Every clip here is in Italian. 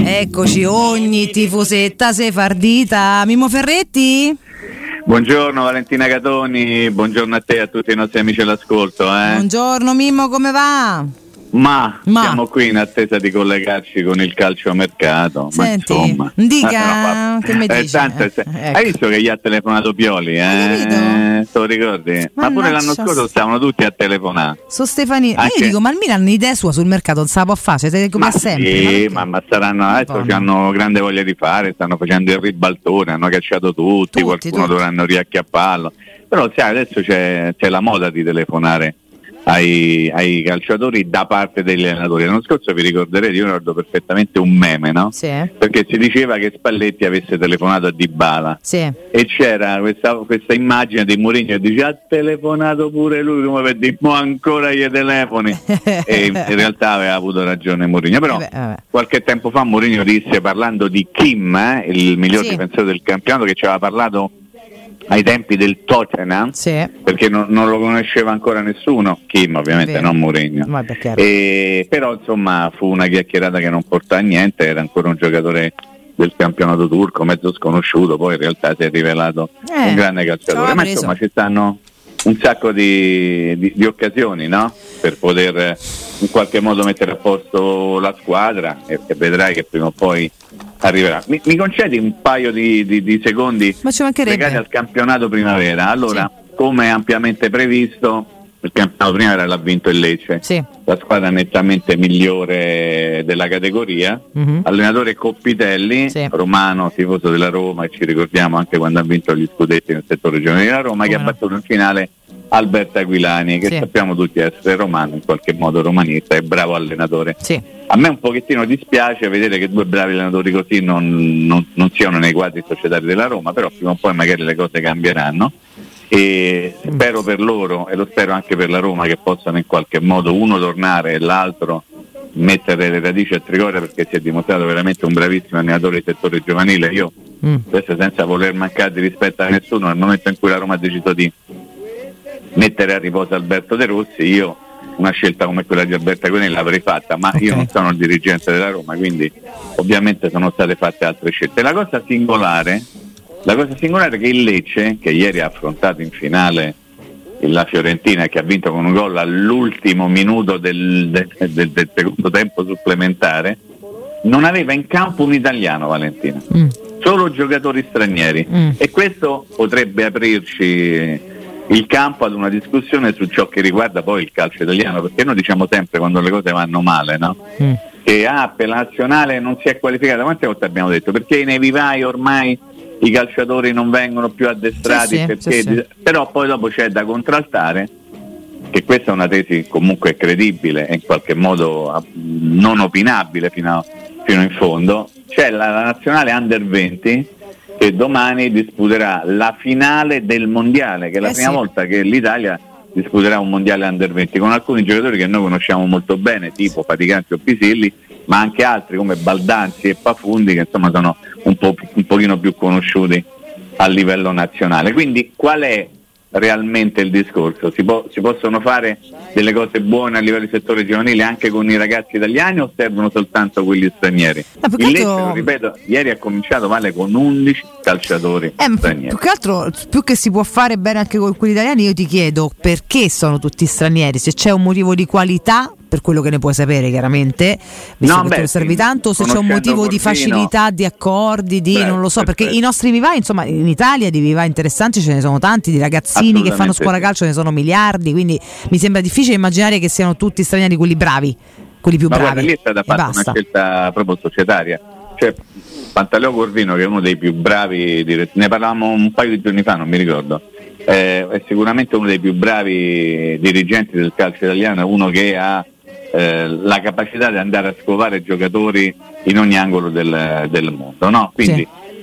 Eccoci, ogni tifosetta sefardita. Mimmo Ferretti? Buongiorno Valentina Catoni, buongiorno a te e a tutti i nostri amici all'ascolto. Buongiorno Mimmo, come va? Ma siamo qui in attesa di collegarci con il calciomercato. Senti, ma insomma, dica, che mi dici? Ecco. Hai visto che gli ha telefonato Pioli? Te lo ricordi? Ma pure l'anno scorso stavano tutti a telefonare. Su Stefani, io dico, ma il Milan un'idea sua sul mercato non se la può fare, come sempre. Sì, ma saranno adesso che hanno grande voglia di fare, stanno facendo il ribaltone, hanno cacciato tutti, qualcuno dovranno riacchiapparlo. Però sai, adesso c'è la moda di telefonare ai calciatori da parte degli allenatori. L'anno scorso vi ricorderete, io ricordo perfettamente un meme, no? Sì. Perché si diceva che Spalletti avesse telefonato a Dybala, sì, e c'era questa immagine di Mourinho che dice: ha telefonato pure lui, come per dire, mo ancora gli telefoni. E in realtà aveva avuto ragione Mourinho. Però qualche tempo fa Mourinho disse, parlando di Kim, il miglior difensore del campionato, che ci aveva parlato ai tempi del Tottenham, perché non lo conosceva ancora nessuno, Kim ovviamente, non Mourinho, però insomma fu una chiacchierata che non portò a niente, era ancora un giocatore del campionato turco, mezzo sconosciuto, poi in realtà si è rivelato un grande calciatore, ma insomma ci stanno un sacco di occasioni, no? Per poter in qualche modo mettere a posto la squadra, e vedrai che prima o poi arriverà. Mi concedi un paio di secondi legati al campionato primavera? Allora, come ampiamente previsto, il campionato primavera l'ha vinto il Lecce, la squadra nettamente migliore della categoria, allenatore Coppitelli, romano, tifoso della Roma, e ci ricordiamo anche quando ha vinto gli scudetti nel settore giovanile della Roma, che ha battuto in finale Alberto Aquilani, che sappiamo tutti essere romano, in qualche modo romanista, e bravo allenatore. A me un pochettino dispiace vedere che due bravi allenatori così non siano nei quadri societari della Roma, però prima o poi magari le cose cambieranno, e spero per loro, e lo spero anche per la Roma, che possano in qualche modo uno tornare e l'altro mettere le radici a Trigoria, perché si è dimostrato veramente un bravissimo allenatore del settore giovanile. Io questo senza voler mancare di rispetto a nessuno, nel momento in cui la Roma ha deciso di mettere a riposo Alberto De Rossi, io una scelta come quella di Alberto Aquilani l'avrei fatta, ma io non sono il dirigente della Roma, quindi ovviamente sono state fatte altre scelte. La cosa singolare è che il Lecce, che ieri ha affrontato in finale la Fiorentina e che ha vinto con un gol all'ultimo minuto del secondo tempo supplementare, non aveva in campo un italiano, Valentina, solo giocatori stranieri, e questo potrebbe aprirci il campo ad una discussione su ciò che riguarda poi il calcio italiano, perché noi diciamo sempre quando le cose vanno male, no? Che per la nazionale non si è qualificata. Quante volte abbiamo detto? Perché nei vivai ormai i calciatori non vengono più addestrati, però poi dopo c'è da contraltare che questa è una tesi comunque credibile e in qualche modo non opinabile fino in fondo. C'è la nazionale Under 20 che domani disputerà la finale del mondiale, che è la prima volta che l'Italia disputerà un mondiale Under 20 con alcuni giocatori che noi conosciamo molto bene, tipo Faticanti o Pisilli, ma anche altri come Baldanzi e Pafundi, che insomma sono un pochino più conosciuti a livello nazionale. Quindi qual è realmente il discorso? Si possono fare delle cose buone a livello di settore giovanile anche con i ragazzi italiani, o servono soltanto quelli stranieri? Il Lecce, lo ripeto, ieri ha cominciato male con 11 calciatori stranieri. Più che altro, più che si può fare bene anche con quelli italiani, io ti chiedo perché sono tutti stranieri, se c'è un motivo di qualità, per quello che ne puoi sapere chiaramente, visto che tu osservi tanto, se c'è un motivo di facilità, di accordi, non lo so, perché i nostri vivai, insomma, in Italia di vivai interessanti ce ne sono tanti, di ragazzini che fanno scuola calcio ce ne sono miliardi, quindi mi sembra difficile immaginare che siano tutti stranieri quelli bravi, quelli più bravi. Guarda, lì è stata fatta una scelta proprio societaria, cioè Pantaleo Corvino, che è uno dei più bravi ne parlavamo un paio di giorni fa, non mi ricordo, è sicuramente uno dei più bravi dirigenti del calcio italiano, uno che ha la capacità di andare a scovare giocatori in ogni angolo del mondo, no? Quindi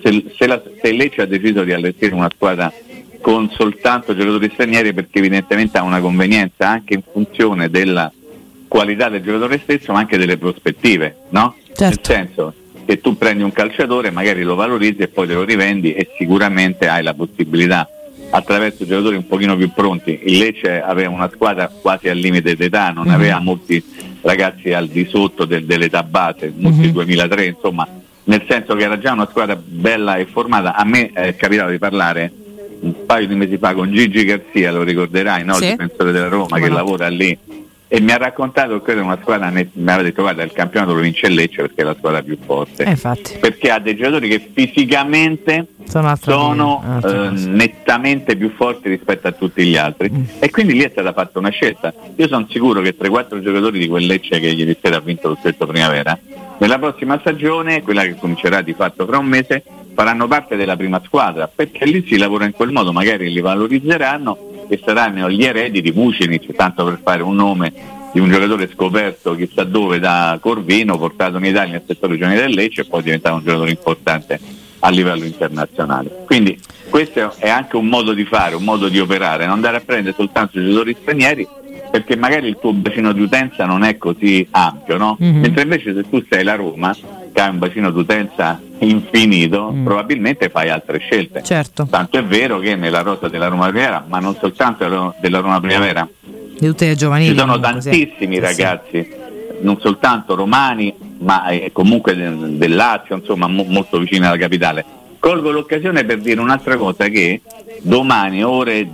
se Lecce ha deciso di allestire una squadra con soltanto giocatori stranieri, perché evidentemente ha una convenienza anche in funzione della qualità del giocatore stesso, ma anche delle prospettive, no? Nel senso che tu prendi un calciatore, magari lo valorizzi e poi te lo rivendi, e sicuramente hai la possibilità attraverso giocatori un pochino più pronti. Il Lecce aveva una squadra quasi al limite d'età, non aveva molti ragazzi al di sotto dell'età base, molti 2003, insomma, nel senso che era già una squadra bella e formata. A me è capitato di parlare un paio di mesi fa con Gigi Garzia, lo ricorderai, no? Il difensore della Roma che lavora lì, e mi ha raccontato che quella è una squadra, mi aveva detto guarda, il campionato lo vince il Lecce perché è la squadra più forte, perché ha dei giocatori che fisicamente sono nettamente più forti rispetto a tutti gli altri, e quindi lì è stata fatta una scelta. Io sono sicuro che 3-4 giocatori di quel Lecce che ieri sera ha vinto lo stesso Primavera, nella prossima stagione, quella che comincerà di fatto fra un mese, faranno parte della prima squadra, perché lì si lavora in quel modo, magari li valorizzeranno e saranno gli eredi di Vucinic, tanto per fare un nome di un giocatore scoperto chissà dove da Corvino, portato in Italia nel settore giovanile del Lecce e poi diventato un giocatore importante a livello internazionale. Quindi questo è anche un modo di fare, un modo di operare, non andare a prendere soltanto giocatori stranieri, perché magari il tuo bacino di utenza non è così ampio, no? Mentre invece se tu sei la Roma, che ha un bacino d'utenza infinito, probabilmente fai altre scelte. Certo. Tanto è vero che nella rosa della Roma Primavera, ma non soltanto della Roma Primavera, di tutte le giovanili, ci sono tantissimi ragazzi, non soltanto romani, ma comunque del Lazio, insomma molto vicini alla capitale. Colgo l'occasione per dire un'altra cosa, che domani ore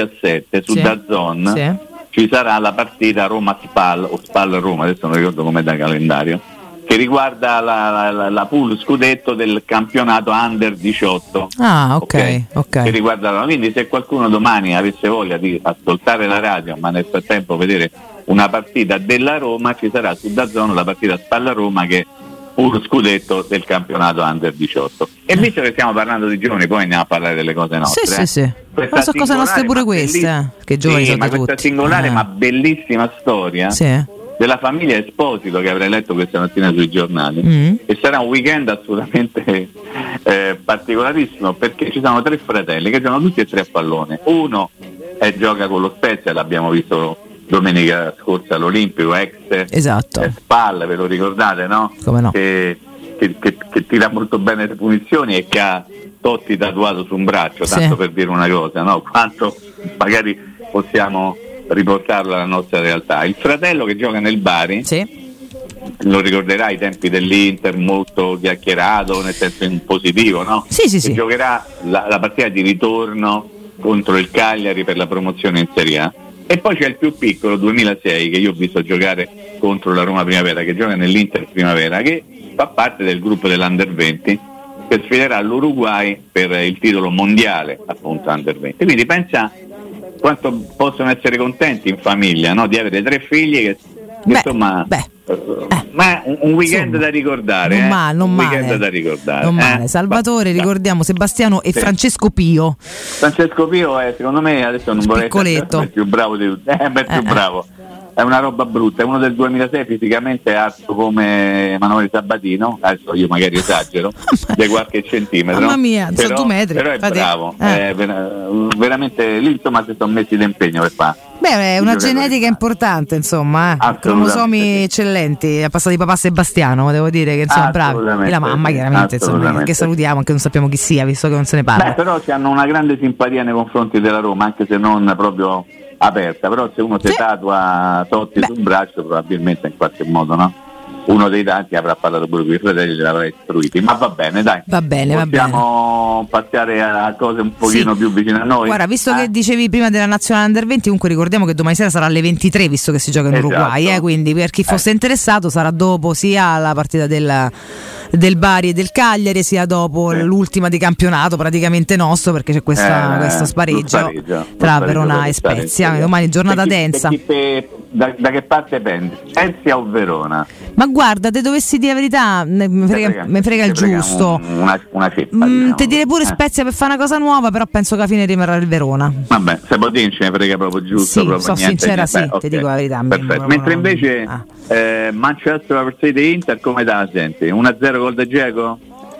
17 su DAZN ci sarà la partita Roma-Spal o Spal-Roma, adesso non ricordo com'è da calendario, che riguarda la pool scudetto del campionato Under 18. Ok. Che riguarda, quindi se qualcuno domani avesse voglia di ascoltare la radio ma nel frattempo vedere una partita della Roma, ci sarà su DAZN la partita Spal-Roma, che puro scudetto del campionato Under 18. E visto che stiamo parlando di giovani, poi andiamo a parlare delle cose nostre. Sì. Ma sono cose nostre pure queste, che giovani sono tutti. Questa singolare ma bellissima storia della famiglia Esposito, che avrei letto questa mattina sui giornali, e sarà un weekend assolutamente particolarissimo, perché ci sono 3 fratelli che giocano tutti e 3 a pallone. Uno gioca con lo Spezia, l'abbiamo visto domenica scorsa all'Olimpico, Spal, ve lo ricordate, no? Come no? Che tira molto bene le punizioni e che ha Totti tatuato su un braccio, tanto per dire una cosa, no? Quanto magari possiamo riportarlo alla nostra realtà. Il fratello che gioca nel Bari, lo ricorderai, ai tempi dell'Inter, molto chiacchierato, nel senso in positivo, no? Sì. Giocherà la partita di ritorno contro il Cagliari per la promozione in Serie A. E poi c'è il più piccolo, 2006, che io ho visto giocare contro la Roma Primavera, che gioca nell'Inter Primavera, che fa parte del gruppo dell'Under 20, che sfiderà l'Uruguay per il titolo mondiale, appunto Under 20. Quindi pensa quanto possono essere contenti in famiglia, no? Di avere 3 figli che insomma ma un weekend da ricordare, non male. Da ricordare. Salvatore, ricordiamo Sebastiano e Francesco Pio. Francesco Pio è, secondo me, adesso non vorrei essere il più bravo di tutti, più bravo. È una roba brutta, è uno del 2006, fisicamente alto come Emanuele Sabatino, adesso io magari esagero di qualche centimetro, mamma mia, però, 2 metri, però è bravo, veramente lì insomma si sono messi d'impegno per fare. È una genetica importante, insomma, cromosomi eccellenti, passati papà Sebastiano, devo dire che insomma bravi, e la mamma chiaramente, insomma, che salutiamo, anche non sappiamo chi sia, visto che non se ne parla. Però hanno una grande simpatia nei confronti della Roma, anche se non proprio aperta, però se uno si tatua Totti sul braccio, probabilmente in qualche modo, no? Uno dei tanti avrà parlato pure con i fratelli, li avrà istruiti, ma va bene, dai. Va bene. Possiamo passare a cose un pochino più vicine a noi. Guarda, visto che dicevi prima della nazionale Under 20, comunque ricordiamo che domani sera sarà alle 23, visto che si gioca in Uruguay, quindi per chi fosse interessato sarà dopo sia la partita del Bari e del Cagliari, sia dopo l'ultima di campionato praticamente nostro, perché c'è questo spareggio tra Verona e Spezia. Domani giornata densa. Da che parte pendi? Spezia o Verona? Ma guarda, te dovessi dire la verità, mi frega il giusto. Una ceppa, diciamo. Te direi pure Spezia per fare una cosa nuova, però penso che alla fine rimarrà il Verona. Vabbè, se Bodin ce ne frega proprio giusto. Sì, proprio sono sincera, ti dico la verità. Perfetto. Mentre invece Manchester vs Inter, come da senti? 1-0 gol de Dzeko?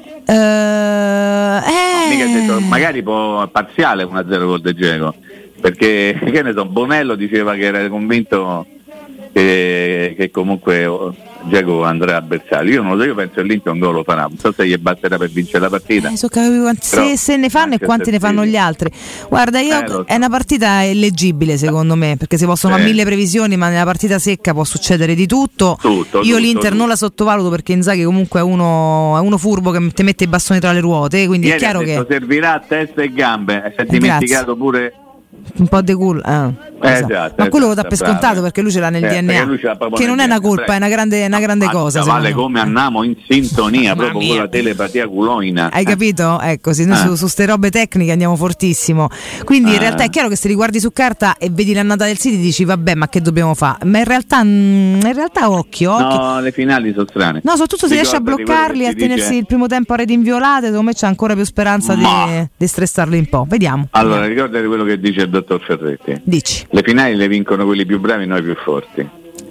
Magari parziale 1-0 gol de Dzeko, perché che ne so, Bonello diceva che era convinto che comunque Dzeko andrà a bersaglio. Io non lo so, io penso che l'Inter un gol lo farà, non so se gli basterà per vincere la partita. Se ne fanno e quanti ne fanno gli altri. Guarda, è una partita illeggibile secondo me, perché si possono fare mille previsioni, ma nella partita secca può succedere di tutto. Io l'Inter non la sottovaluto, perché Inzaghi comunque è uno furbo che ti mette i bastoni tra le ruote, quindi ieri è chiaro che servirà a testa e gambe. Si è dimenticato pure un po' di culo, esatto, ma quello lo dà per scontato, perché lui ce l'ha nel DNA, che non è una colpa, è una grande cosa. Vale come andiamo in sintonia proprio con la telepatia culoina. Hai capito? Ecco, noi su ste robe tecniche andiamo fortissimo. Quindi in realtà è chiaro che se li guardi su carta e vedi l'annata del City dici vabbè, ma che dobbiamo fare? Ma in realtà occhio. No, le finali sono strane. No, soprattutto se riesce a bloccarli, a tenersi il primo tempo a reti inviolate, secondo me c'è ancora più speranza di stressarli un po'. Vediamo. Allora, ricordati quello che dice il dottor Ferretti. Dici. Le finali le vincono quelli più bravi, noi più forti.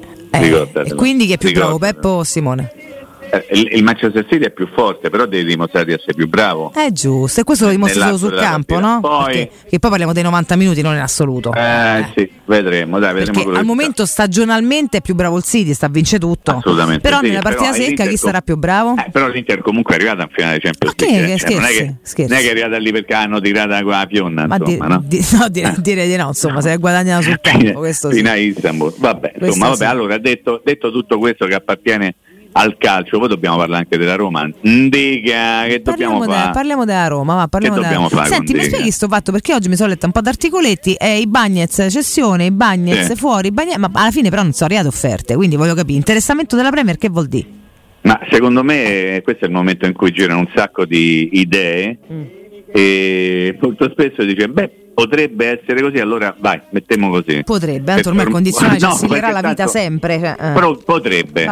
E quindi chi è più bravo, Peppo o Simone? Il Manchester City è più forte, però devi dimostrare di essere più bravo. È giusto, e questo lo dimostra solo sul campo, no? Che poi parliamo dei 90 minuti, non in assoluto. Sì, vedremo. Perché al momento stagionalmente è più bravo il City, sta a vince tutto. Assolutamente. Però nella partita secca chi sarà più bravo? Però l'Inter comunque è arrivata in finale Champions League. Non è che è arrivata lì perché hanno tirato con la pionna, insomma, no? Direi di no, insomma, se è guadagnata sul campo, questo fino a Istanbul. Vabbè, insomma, allora detto tutto questo che appartiene al calcio, poi dobbiamo parlare anche della Roma. Dica, che dobbiamo fare? Parliamo della Roma, parliamo della Roma. Senti, mi spieghi sto fatto, perché oggi mi sono letta un po' d'articoletti, i Bagnez cessione, i Bagnez fuori, ma alla fine però non sono arrivate offerte, quindi voglio capire, interessamento della Premier che vuol dire? Ma secondo me questo è il momento in cui girano un sacco di idee e molto spesso dice potrebbe essere così, allora vai, mettiamo così. Potrebbe, ormai il condizionale ci accelerirà la vita sempre. Però potrebbe,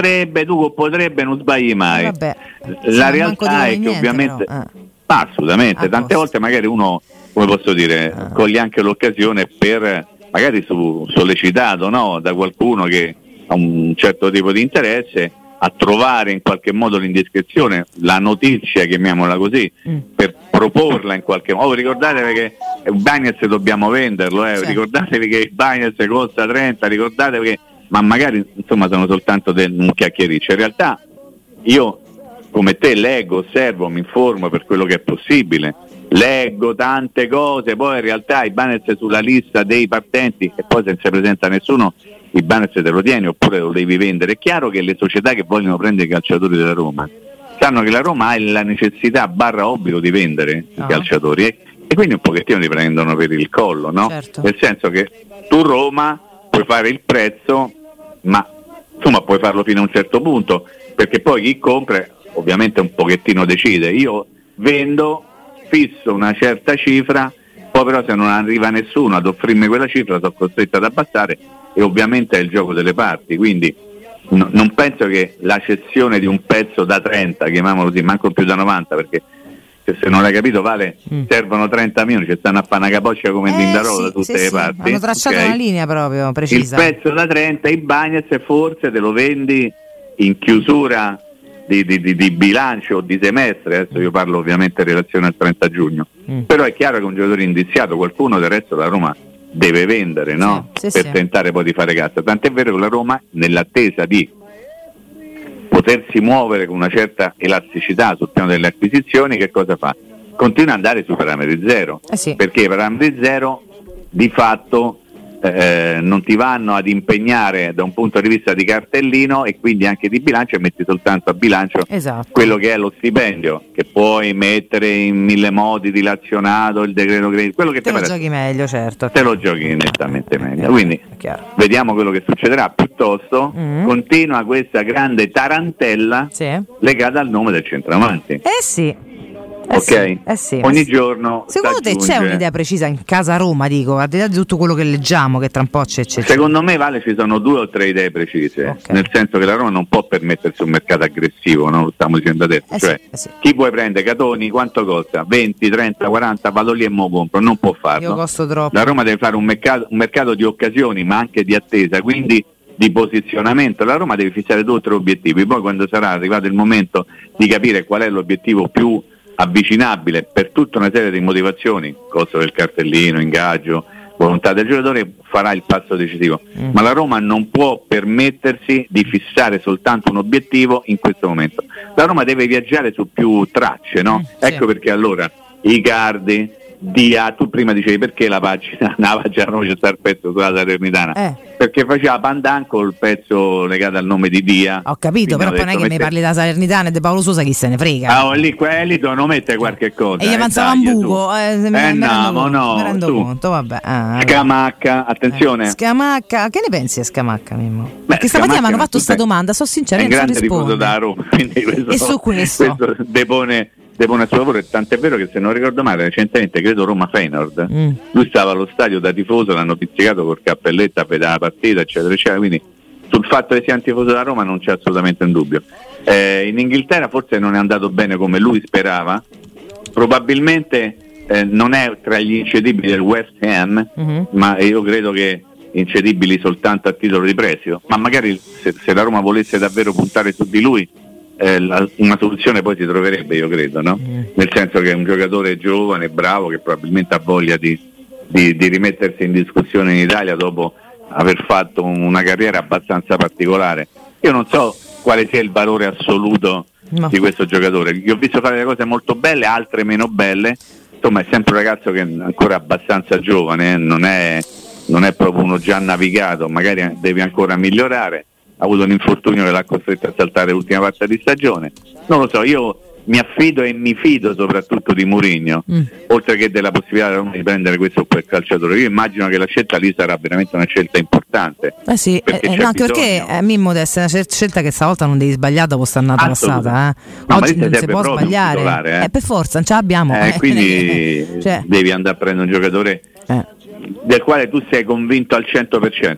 non sbagli mai. La realtà è che ovviamente assolutamente, tante volte magari uno, come posso dire, coglie anche l'occasione per magari sollecitato, no, da qualcuno che ha un certo tipo di interesse, a trovare in qualche modo l'indiscrezione, la notizia, chiamiamola così, per proporla in qualche modo. Ricordatevi che il Bagnez dobbiamo venderlo, ricordatevi che il Bagnez costa 30, ricordatevi che, ma magari insomma sono soltanto un chiacchiericcio. In realtà io come te leggo, osservo, mi informo per quello che è possibile, leggo tante cose, poi in realtà il Bagnez sulla lista dei partenti e poi se non si presenta nessuno il Bagnez te lo tieni oppure lo devi vendere. È chiaro che le società che vogliono prendere i calciatori della Roma sanno che la Roma ha la necessità obbligo di vendere i calciatori e quindi un pochettino li prendono per il collo, no? Certo. Nel senso che tu Roma puoi fare il prezzo, ma insomma puoi farlo fino a un certo punto, perché poi chi compra ovviamente un pochettino decide. Io vendo, fisso una certa cifra, poi però se non arriva nessuno ad offrirmi quella cifra sono costretto ad abbassare, e ovviamente è il gioco delle parti, quindi non penso che la cessione di un pezzo da 30, chiamiamolo così, manco più da 90, perché se non l'hai capito servono 30 minuti, ci stanno a fare una capoccia come in Lindarolo da tutte le parti. Hanno tracciato una linea proprio precisa. Il pezzo da 30, i Bagnez forse te lo vendi in chiusura di bilancio o di semestre, adesso io parlo ovviamente in relazione al 30 giugno, però è chiaro che un giocatore indiziato, qualcuno del resto la Roma deve vendere, no? Per tentare poi di fare cassa. Tant'è vero che la Roma, nell'attesa di potersi muovere con una certa elasticità sul piano delle acquisizioni, che cosa fa? Continua ad andare sui parametri zero, perché i parametri zero di fatto non ti vanno ad impegnare da un punto di vista di cartellino e quindi anche di bilancio, e metti soltanto a bilancio quello che è lo stipendio, che puoi mettere in mille modi, dilazionato, il decreto credito, quello che te lo giochi meglio, certo, te lo giochi nettamente meglio, quindi vediamo quello che succederà. Piuttosto continua questa grande tarantella legata al nome del centravanti. Ogni giorno secondo te c'è un'idea precisa in casa Roma, dico, al di là di tutto quello che leggiamo, che tra un po' c'è. Secondo me, Vale, ci sono 2 o 3 idee precise, nel senso che la Roma non può permettersi un mercato aggressivo, no? Lo stiamo dicendo adesso, chi puoi prendere? Catoni, quanto costa? 20, 30, 40, vado lì e mo compro, non può farlo. Io costo troppo. La Roma deve fare un mercato di occasioni, ma anche di attesa, quindi di posizionamento. La Roma deve fissare 2 o 3 obiettivi, poi quando sarà arrivato il momento di capire qual è l'obiettivo più avvicinabile per tutta una serie di motivazioni, costo del cartellino, ingaggio, volontà del giocatore, farà il passo decisivo, ma la Roma non può permettersi di fissare soltanto un obiettivo in questo momento. La Roma deve viaggiare su più tracce, no? Ecco perché allora Icardi, Dia, tu prima dicevi perché la pagina non c'è sta il pezzo sulla Salernitana, perché faceva pandan col pezzo legato al nome di Dia. Ho capito, però poi non è che mi parli da Salernitana e di Paolo Sosa, chi se ne frega. Lì quelli devono mettere qualche cosa. E gli avanzava un buco, mi rendo conto, vabbè. Scamacca, attenzione. Scamacca, che ne pensi a Scamacca, Mimmo? Perché stamattina mi hanno fatto questa domanda, sono sincero, non so rispondere. È un grande tifoso da Roma, quindi questo, e su questo depone il suo lavoro, e tant'è vero che, se non ricordo male, recentemente credo Roma-Feyenoord, lui stava allo stadio da tifoso, l'hanno pizzicato col cappelletto a vedere la partita, eccetera eccetera, quindi sul fatto che sia un tifoso da Roma non c'è assolutamente un dubbio. In Inghilterra forse non è andato bene come lui sperava, probabilmente non è tra gli incedibili del West Ham, ma io credo che incedibili soltanto a titolo di prestito, ma magari se la Roma volesse davvero puntare su di lui, una soluzione poi si troverebbe, io credo, no? Nel senso che è un giocatore giovane, bravo, che probabilmente ha voglia di rimettersi in discussione in Italia dopo aver fatto una carriera abbastanza particolare. Io non so quale sia il valore assoluto di questo giocatore, gli ho visto fare delle cose molto belle, altre meno belle, insomma è sempre un ragazzo che è ancora abbastanza giovane, non è proprio uno già navigato, magari deve ancora migliorare. Ha avuto un infortunio che l'ha costretto a saltare l'ultima parte di stagione. Non lo so, io mi affido e mi fido soprattutto di Mourinho, oltre che della possibilità di prendere questo o quel calciatore. Io immagino che la scelta lì sarà veramente una scelta importante. Sì, anche perché Mimmo deve essere una scelta che stavolta non devi sbagliare dopo quest'annata passata. Oggi non si può sbagliare. Titolare, per forza, non ce l'abbiamo. Quindi devi andare a prendere un giocatore del quale tu sei convinto al 100%.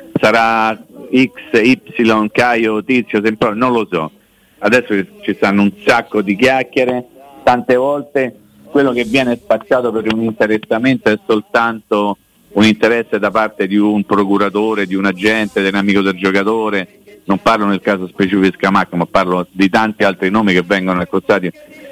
Sarà X, Y, Caio, Tizio, sempre, non lo so. Adesso ci stanno un sacco di chiacchiere, tante volte quello che viene spacciato per un interessamento è soltanto un interesse da parte di un procuratore, di un agente, dell'amico del giocatore. Non parlo nel caso specifico di Scamacca, ma parlo di tanti altri nomi che vengono accostati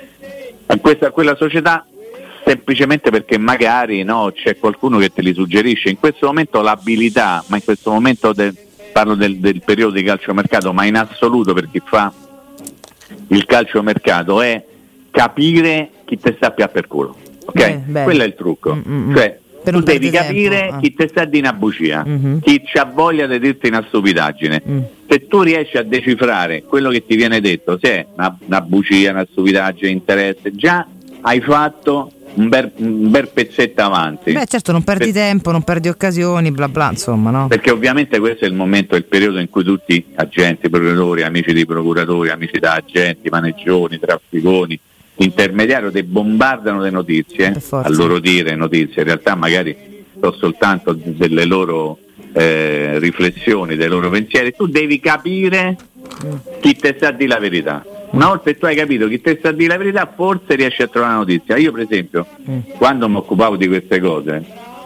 a quella società semplicemente perché magari c'è qualcuno che te li suggerisce. In questo momento l'abilità, ma in questo momento parlo del periodo di calciomercato, ma in assoluto per chi fa il calciomercato, è capire chi te sta più per culo, ok? Quello è il trucco. Cioè tu devi capire chi te sta di una bugia, chi c'ha voglia di dirti una stupidaggine. Se tu riesci a decifrare quello che ti viene detto, se è una bugia, una stupidaggine, interesse, già hai fatto un bel pezzetto avanti. Certo, non perdi tempo, non perdi occasioni, bla bla, insomma, no? Perché ovviamente questo è il momento, il periodo in cui tutti agenti, procuratori, amici di procuratori, amici da agenti, maneggioni, trafficoni, intermediari, ti bombardano le notizie, a loro dire notizie, in realtà magari sono soltanto delle loro riflessioni, dei loro pensieri. Tu devi capire chi te sa di la verità. Una volta che tu hai capito chi te sta di la verità, forse riesci a trovare una notizia. Io per esempio, quando mi occupavo di queste cose,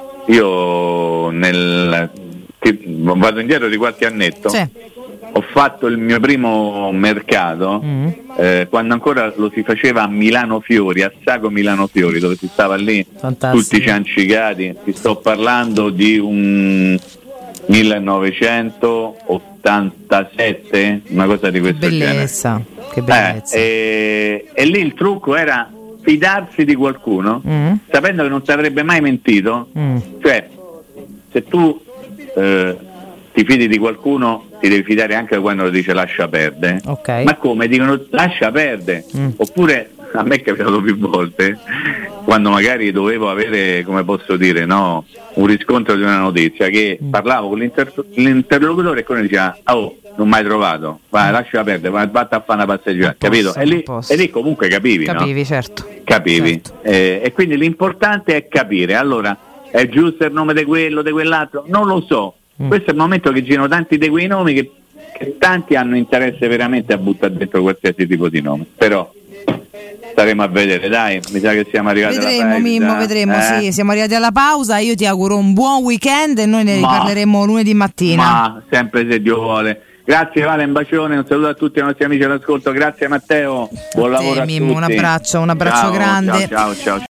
io vado indietro di qualche annetto, ho fatto il mio primo mercato quando ancora lo si faceva a Milano Fiori, a Sago Milano Fiori, dove si stava lì tutti ciancicati. Ti sto parlando di un 1987, una cosa di questo genere. Che bellezza. E lì il trucco era fidarsi di qualcuno, sapendo che non ti avrebbe mai mentito. Cioè, se tu ti fidi di qualcuno, ti devi fidare anche quando lo dice lascia perdere. Ma come? Dicono lascia perdere. Oppure a me è capitato più volte, quando magari dovevo avere, come posso dire, un riscontro di una notizia, che parlavo con l'interlocutore e quello diceva non mai trovato, vai, lascia perdere, vai a fare una passeggiata, capito? E lì comunque capivi, certo. Capivi. Certo. E quindi l'importante è capire. Allora, è giusto il nome di quello, di quell'altro? Non lo so. Questo è il momento che girano tanti di quei nomi che tanti hanno interesse veramente a buttare dentro qualsiasi tipo di nome, però staremo a vedere, dai, mi sa che siamo arrivati alla pausa. Mimmo, vedremo, sì, siamo arrivati alla pausa. Io ti auguro un buon weekend e noi ne riparleremo lunedì mattina. Ma sempre se Dio vuole. Grazie Vale, un bacione, un saluto a tutti i nostri amici all'ascolto, grazie Matteo, buon lavoro a Mimmo, tutti. un abbraccio grande. Ciao.